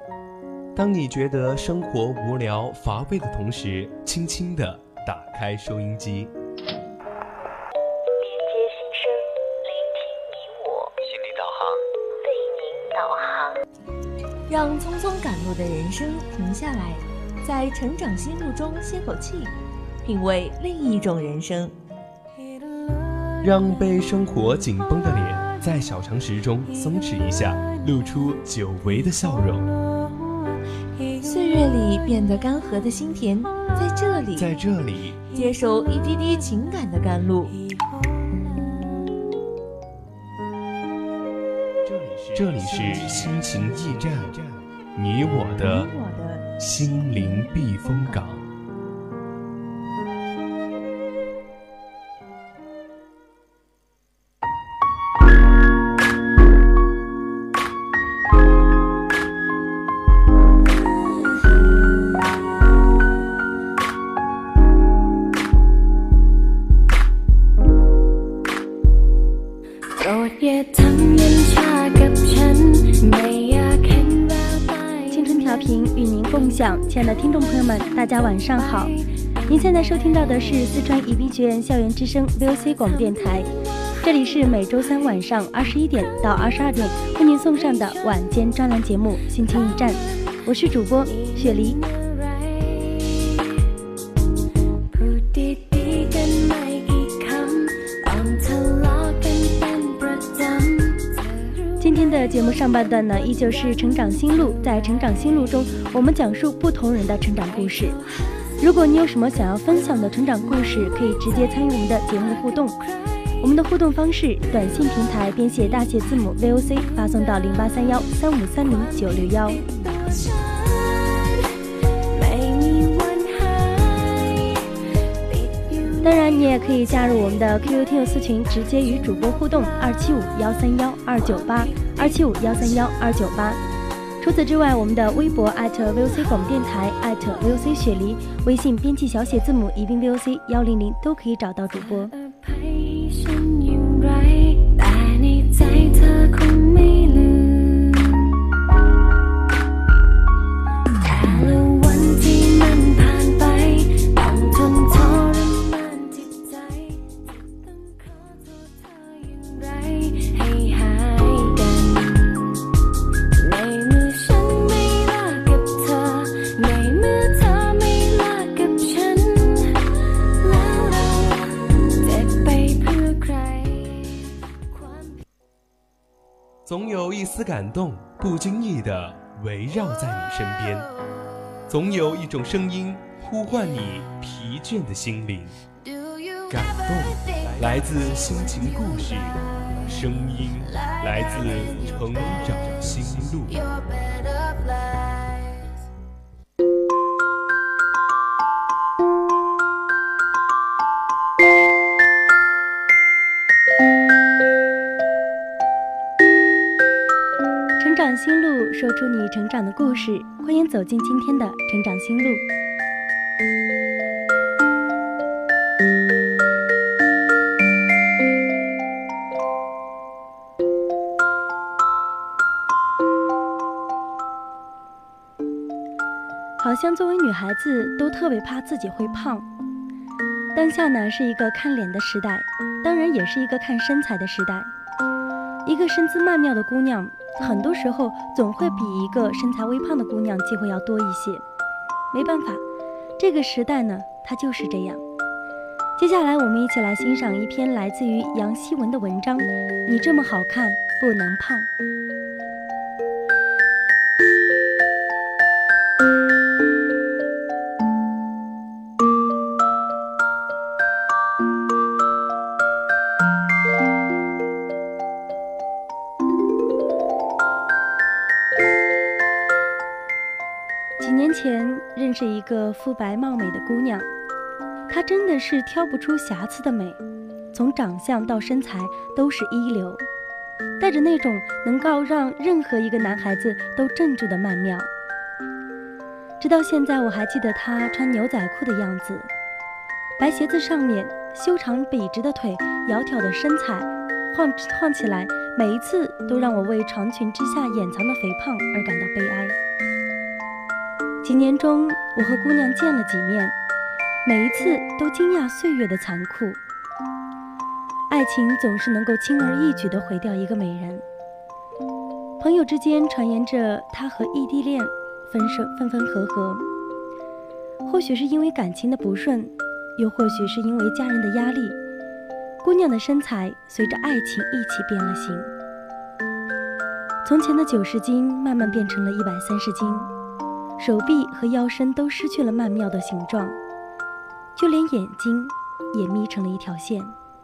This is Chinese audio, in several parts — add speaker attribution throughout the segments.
Speaker 1: 当你觉得生活无聊乏味的同时，轻轻地打开收音机，
Speaker 2: 连接心声，聆听你我，
Speaker 3: 心灵导航，
Speaker 2: 为您导航。
Speaker 4: 让匆匆赶路的人生停下来，在成长心路中歇口气，品味另一种人生。
Speaker 1: 让被生活紧绷的脸在小常识中松弛一下，露出久违的笑容。
Speaker 4: 岁月里变得干涸的心田，在这里接受一滴滴情感的甘露。
Speaker 1: 这里是心情驿站，你我的心灵避风港。
Speaker 5: 青春调频与您共享，亲爱的听众朋友们，大家晚上好。您现在收听到的是四川宜宾学院校园之声 VOC 广播电台，这里是每周三晚上21点到22点为您送上的晚间专栏节目《心情驿站》，我是主播雪梨。今天的节目上半段呢，依旧是成长心路。在成长心路中，我们讲述不同人的成长故事。如果你有什么想要分享的成长故事，可以直接参与我们的节目互动。我们的互动方式：短信平台编写大写字母 VOC 发送到0831353091。当然，你也可以加入我们的 QQ 听友私群，直接与主播互动275131298，275131298。除此之外，我们的微博@VOC 广播电台@VOC 雪梨，微信编辑小写字母宜宾 VOC 100都可以找到主播。
Speaker 1: 总有一丝感动，不经意地围绕在你身边；总有一种声音呼唤你疲倦的心灵。感动来自心情故事，声音来自成长心路。
Speaker 5: 成长心路，说出你成长的故事。欢迎走进今天的成长心路。好像作为女孩子都特别怕自己会胖。当下呢是一个看脸的时代，当然也是一个看身材的时代。一个身姿曼妙的姑娘，很多时候总会比一个身材微胖的姑娘机会要多一些。没办法，这个时代呢，它就是这样。接下来我们一起来欣赏一篇来自于杨希文的文章，你这么好看，不能胖。几年前认识一个肤白貌美的姑娘，她真的是挑不出瑕疵的美，从长相到身材都是一流，带着那种能够让任何一个男孩子都镇住的曼妙。直到现在我还记得她穿牛仔裤的样子，白鞋子上面修长笔直的腿，窈窕的身材，晃起来，每一次都让我为长裙之下掩藏的肥胖而感到悲哀。 几年中，我和姑娘见了几面，每一次都惊讶岁月的残酷。爱情总是能够轻而易举地毁掉一个美人。朋友之间传言着她和异地恋分分合合，或许是因为感情的不顺，又或许是因为家人的压力，姑娘的身材随着爱情一起变了形。从前的90斤慢慢变成了130斤，手臂和腰身都失去了曼妙的形状，就连眼睛也眯成了一条线。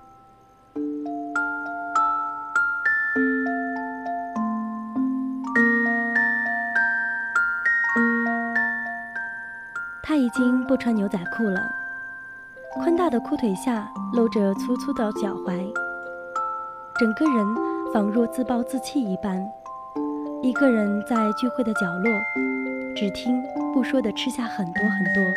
Speaker 5: 她已经不穿牛仔裤了，宽大的裤腿下露着粗粗的脚踝，整个人仿若自暴自弃一般，一个人在聚会的角落，只听不说地吃下很多很多。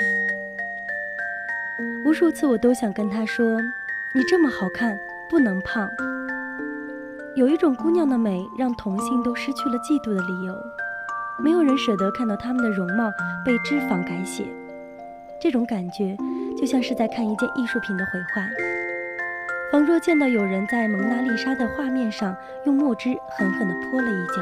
Speaker 5: 无数次我都想跟她说，你这么好看，不能胖。有一种姑娘的美让同性都失去了嫉妒的理由，没有人舍得看到她们的容貌被脂肪改写，这种感觉就像是在看一件艺术品的毁坏，仿若见到有人在蒙娜丽莎的画面上用墨汁狠狠地泼了一脚。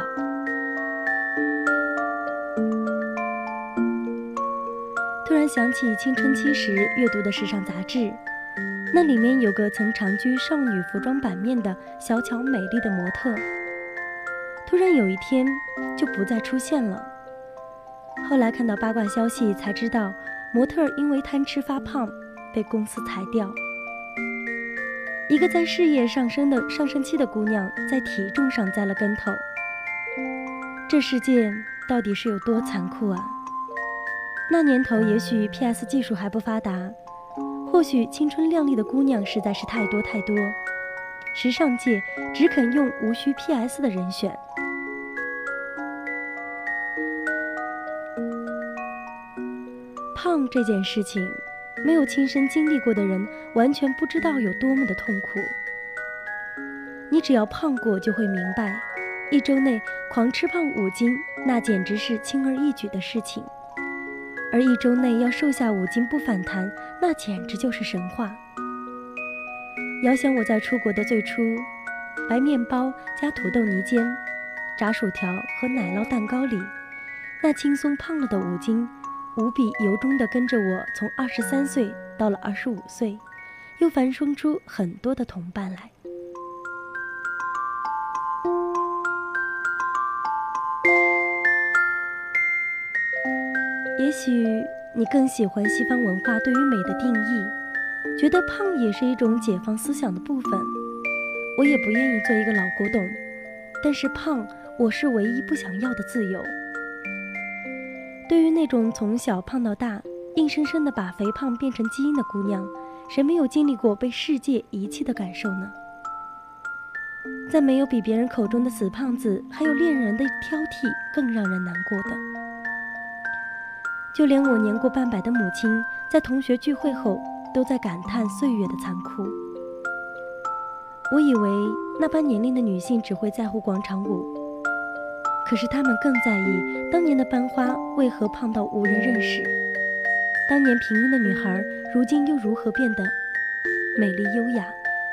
Speaker 5: 突然想起青春期时阅读的时尚杂志，那里面有个曾长居少女服装版面的小巧美丽的模特，突然有一天就不再出现了。后来看到八卦消息才知道，模特因为贪吃发胖被公司裁掉。一个在事业上升期的姑娘在体重上栽了跟头，这世界到底是有多残酷啊！那年头也许 PS 技术还不发达，或许青春靓丽的姑娘实在是太多太多，时尚界只肯用无需 PS 的人选。胖这件事情，没有亲身经历过的人完全不知道有多么的痛苦。你只要胖过就会明白，一周内狂吃胖5斤，那简直是轻而易举的事情，而一周内要瘦下5斤不反弹，那简直就是神话。遥想我在出国的最初，白面包加土豆泥煎、炸薯条和奶酪蛋糕里，那轻松胖了的5斤无比由衷地跟着我从23岁到了25岁，又繁生出很多的同伴来。也许你更喜欢西方文化对于美的定义，觉得胖也是一种解放思想的部分。我也不愿意做一个老古董，但是胖，我是唯一不想要的自由。对于那种从小胖到大，硬生生地把肥胖变成基因的姑娘，谁没有经历过被世界遗弃的感受呢？在没有比别人口中的死胖子，还有恋人的挑剔更让人难过的。就连我年过半百的母亲，在同学聚会后都在感叹岁月的残酷。我以为那般年龄的女性只会在乎广场舞，可是她们更在意当年的班花为何胖到无人认识，当年平庸的女孩如今又如何变得美丽优雅。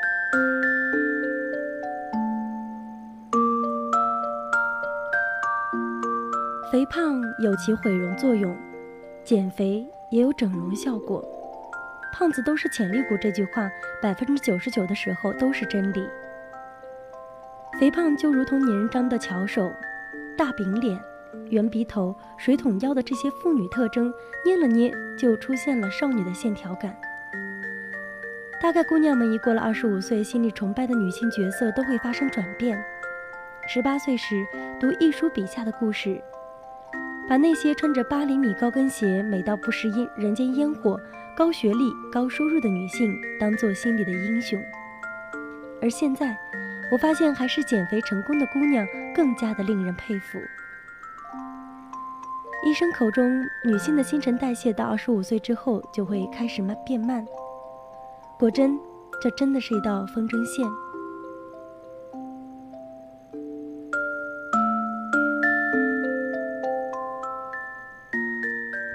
Speaker 5: 肥胖有其毁容作用，减肥也有整容效果。胖子都是潜力股这句话99%的时候都是真理。肥胖就如同拟人张的巧手，大饼脸、圆鼻头、水桶腰的这些妇女特征，捏了捏就出现了少女的线条感。大概姑娘们一过了25岁，心里崇拜的女性角色都会发生转变。18岁时读一书笔下的故事，把那些穿着8厘米高跟鞋、美到不食人间烟火、高学历、高收入的女性当作心里的英雄。而现在，我发现还是减肥成功的姑娘更加的令人佩服。医生口中，女性的新陈代谢到25岁之后就会开始变慢。果真，这真的是一道风筝线。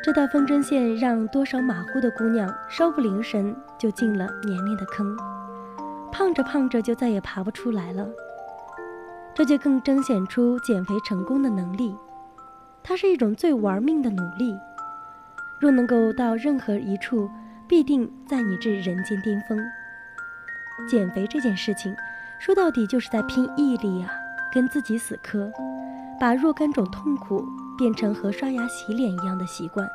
Speaker 5: 这道风筝线让多少马虎的姑娘稍不留神就进了年龄的坑，胖着胖着就再也爬不出来了。这就更彰显出减肥成功的能力，它是一种最玩命的努力。若能够到任何一处，必定载你至人间巅峰。减肥这件事情，说到底就是在拼毅力啊，跟自己死磕，把若干种痛苦变成和刷牙洗脸一样的习惯。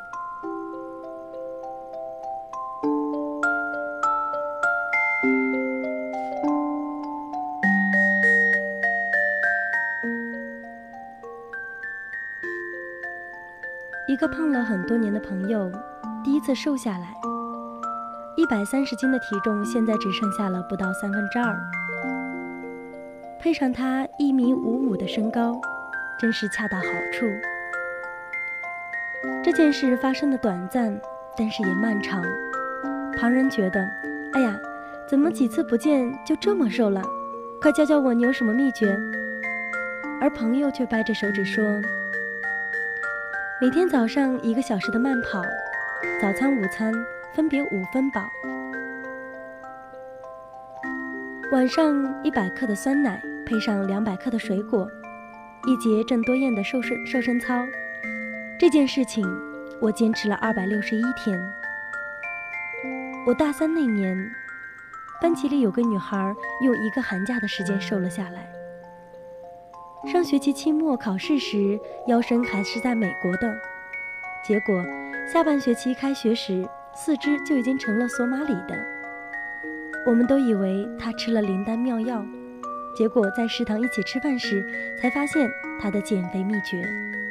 Speaker 5: 一个胖了很多年的朋友，第一次瘦下来，130斤的体重，现在只剩下了不到2/3，配上他1.55米的身高，真是恰到好处。这件事发生的短暂，但是也漫长。旁人觉得，哎呀，怎么几次不见就这么瘦了？快教教我，你有什么秘诀？而朋友却掰着手指说，每天早上1个小时的慢跑，早餐午餐分别5分饱，晚上100克的酸奶配上200克的水果，一节郑多燕的瘦身操。这件事情我坚持了261天。我大3那年，班级里有个女孩用1个寒假的时间瘦了下来。上学期期末考试时，腰身还是在美国的，结果下半学期开学时，4肢就已经成了索马里的。我们都以为她吃了灵丹妙药，结果在食堂一起吃饭时，才发现她的减肥秘诀。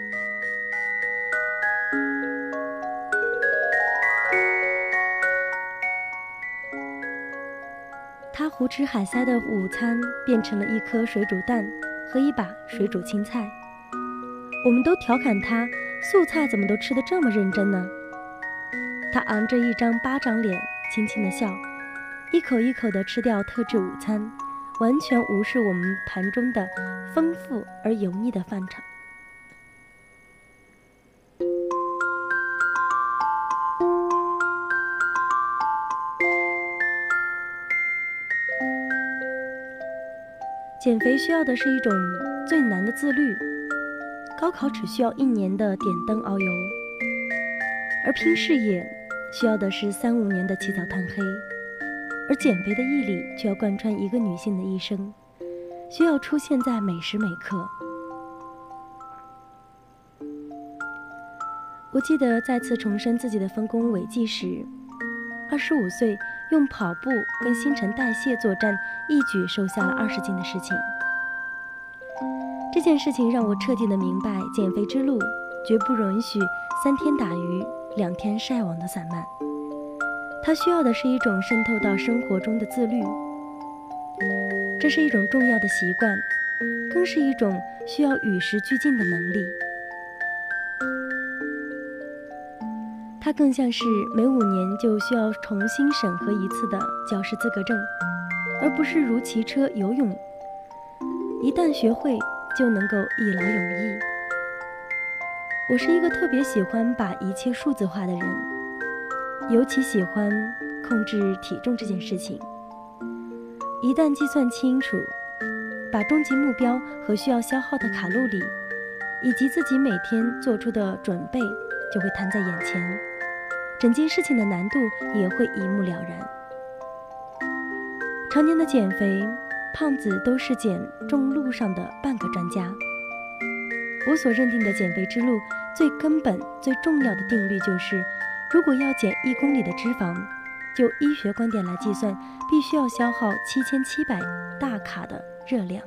Speaker 5: 她胡吃海塞的午餐变成了1颗水煮蛋和1把水煮青菜。我们都调侃她，素菜怎么都吃得这么认真呢？她昂着一张巴掌脸，轻轻地笑，一口一口地吃掉特制午餐，完全无视我们盘中的丰富而油腻的饭场。减肥需要的是一种最难的自律，高考只需要1年的点灯熬油，而拼事业需要的是3-5年的起早贪黑，而减肥的毅力却要贯穿一个女性的一生，需要出现在每时每刻。我记得再次重申自己的丰功伟绩时，25岁用跑步跟新陈代谢作战，一举瘦下了20斤的事情。这件事情让我彻底的明白，减肥之路绝不允许3天打鱼2天晒网的散漫，它需要的是一种渗透到生活中的自律。这是一种重要的习惯，更是一种需要与时俱进的能力。它更像是每5年就需要重新审核一次的教师资格证，而不是如骑车、游泳，一旦学会就能够一劳永逸。我是一个特别喜欢把一切数字化的人，尤其喜欢控制体重这件事情。一旦计算清楚，把终极目标和需要消耗的卡路里，以及自己每天做出的准备，就会摊在眼前，整件事情的难度也会一目了然。常年的减肥，胖子都是减重路上的半个专家。我所认定的减肥之路最根本最重要的定律就是，如果要减1公里的脂肪，就医学观点来计算，必须要消耗7700大卡的热量。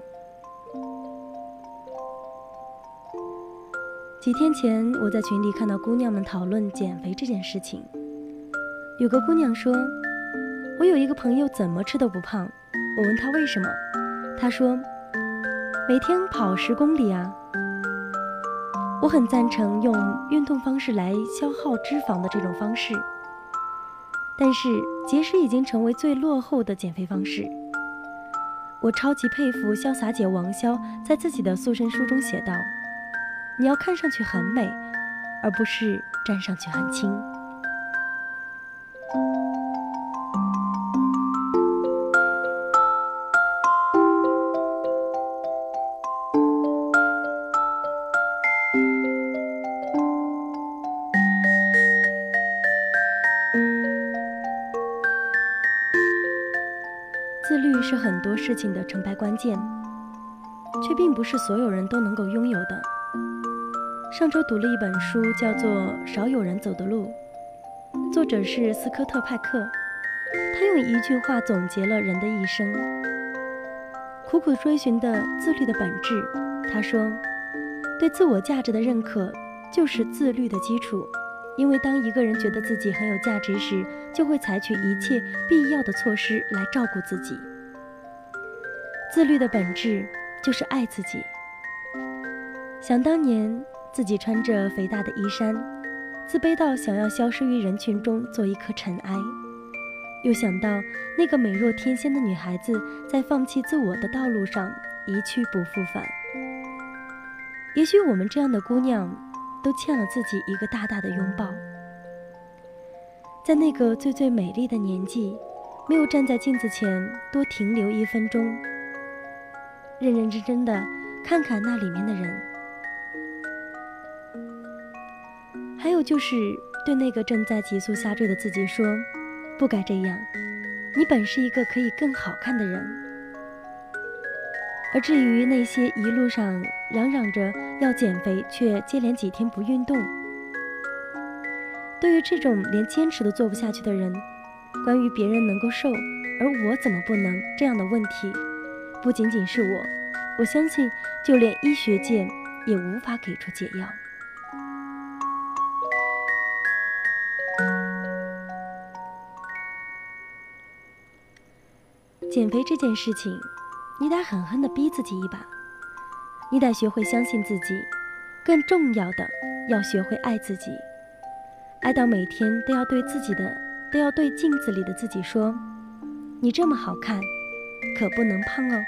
Speaker 5: 几天前，我在群里看到姑娘们讨论减肥这件事情。有个姑娘说，我有一个朋友怎么吃都不胖，我问她为什么，她说每天跑10公里啊。我很赞成用运动方式来消耗脂肪的这种方式，但是节食已经成为最落后的减肥方式。我超级佩服潇洒姐王潇在自己的塑身书中写道，你要看上去很美， 而不是站上去很轻。自律是很多事情的成败关键，却并不是所有人都能够拥有的。上周读了一本书，叫做《少有人走的路》，作者是斯科特·派克。他用一句话总结了人的一生：苦苦追寻的自律的本质。他说，对自我价值的认可就是自律的基础，因为当一个人觉得自己很有价值时，就会采取一切必要的措施来照顾自己。自律的本质就是爱自己。想当年自己穿着肥大的衣衫，自卑到想要消失于人群中做一颗尘埃，又想到那个美若天仙的女孩子在放弃自我的道路上一去不复返。也许我们这样的姑娘都欠了自己一个大大的拥抱。在那个最最美丽的年纪，没有站在镜子前多停留1分钟，认认真真的看看那里面的人。还有就是对那个正在急速下坠的自己说，不该这样，你本是一个可以更好看的人。而至于那些一路上嚷嚷着要减肥却接连几天不运动，对于这种连坚持都做不下去的人，关于别人能够瘦而我怎么不能这样的问题，不仅仅是我相信就连医学界也无法给出解药。减肥这件事情，你得狠狠地逼自己一把，你得学会相信自己，更重要的要学会爱自己，爱到每天都要对镜子里的自己说，你这么好看，可不能胖哦。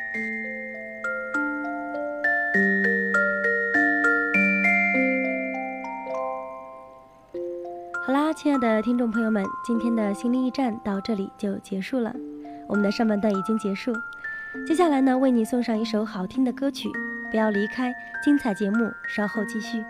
Speaker 5: 好啦，亲爱的听众朋友们，今天的心灵驿站到这里就结束了，我们的上半段已经结束，接下来呢，为你送上一首好听的歌曲，不要离开，精彩节目稍后继续。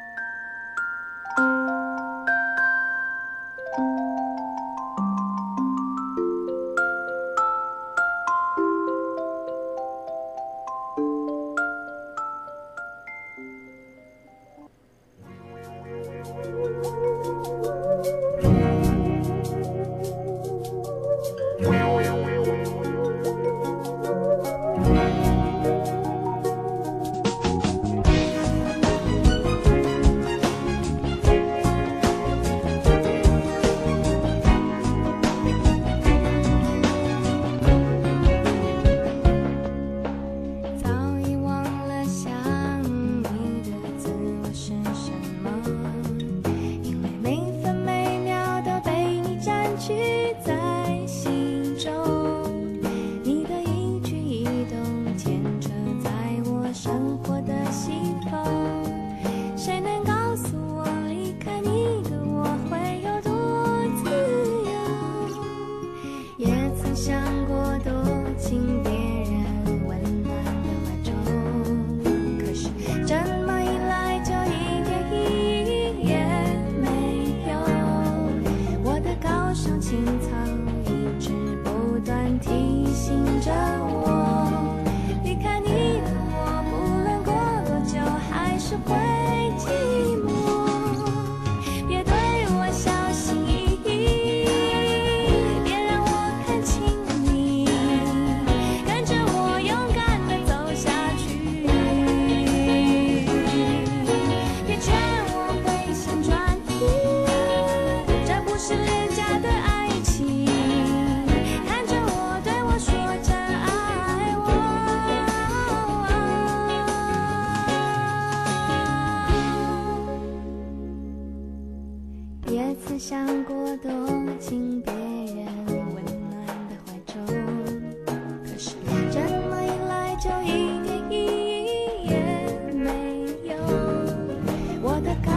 Speaker 3: 想过躲进别人温暖的怀中，可是这么一来就一点意义也没有。我的高兴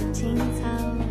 Speaker 3: 青草。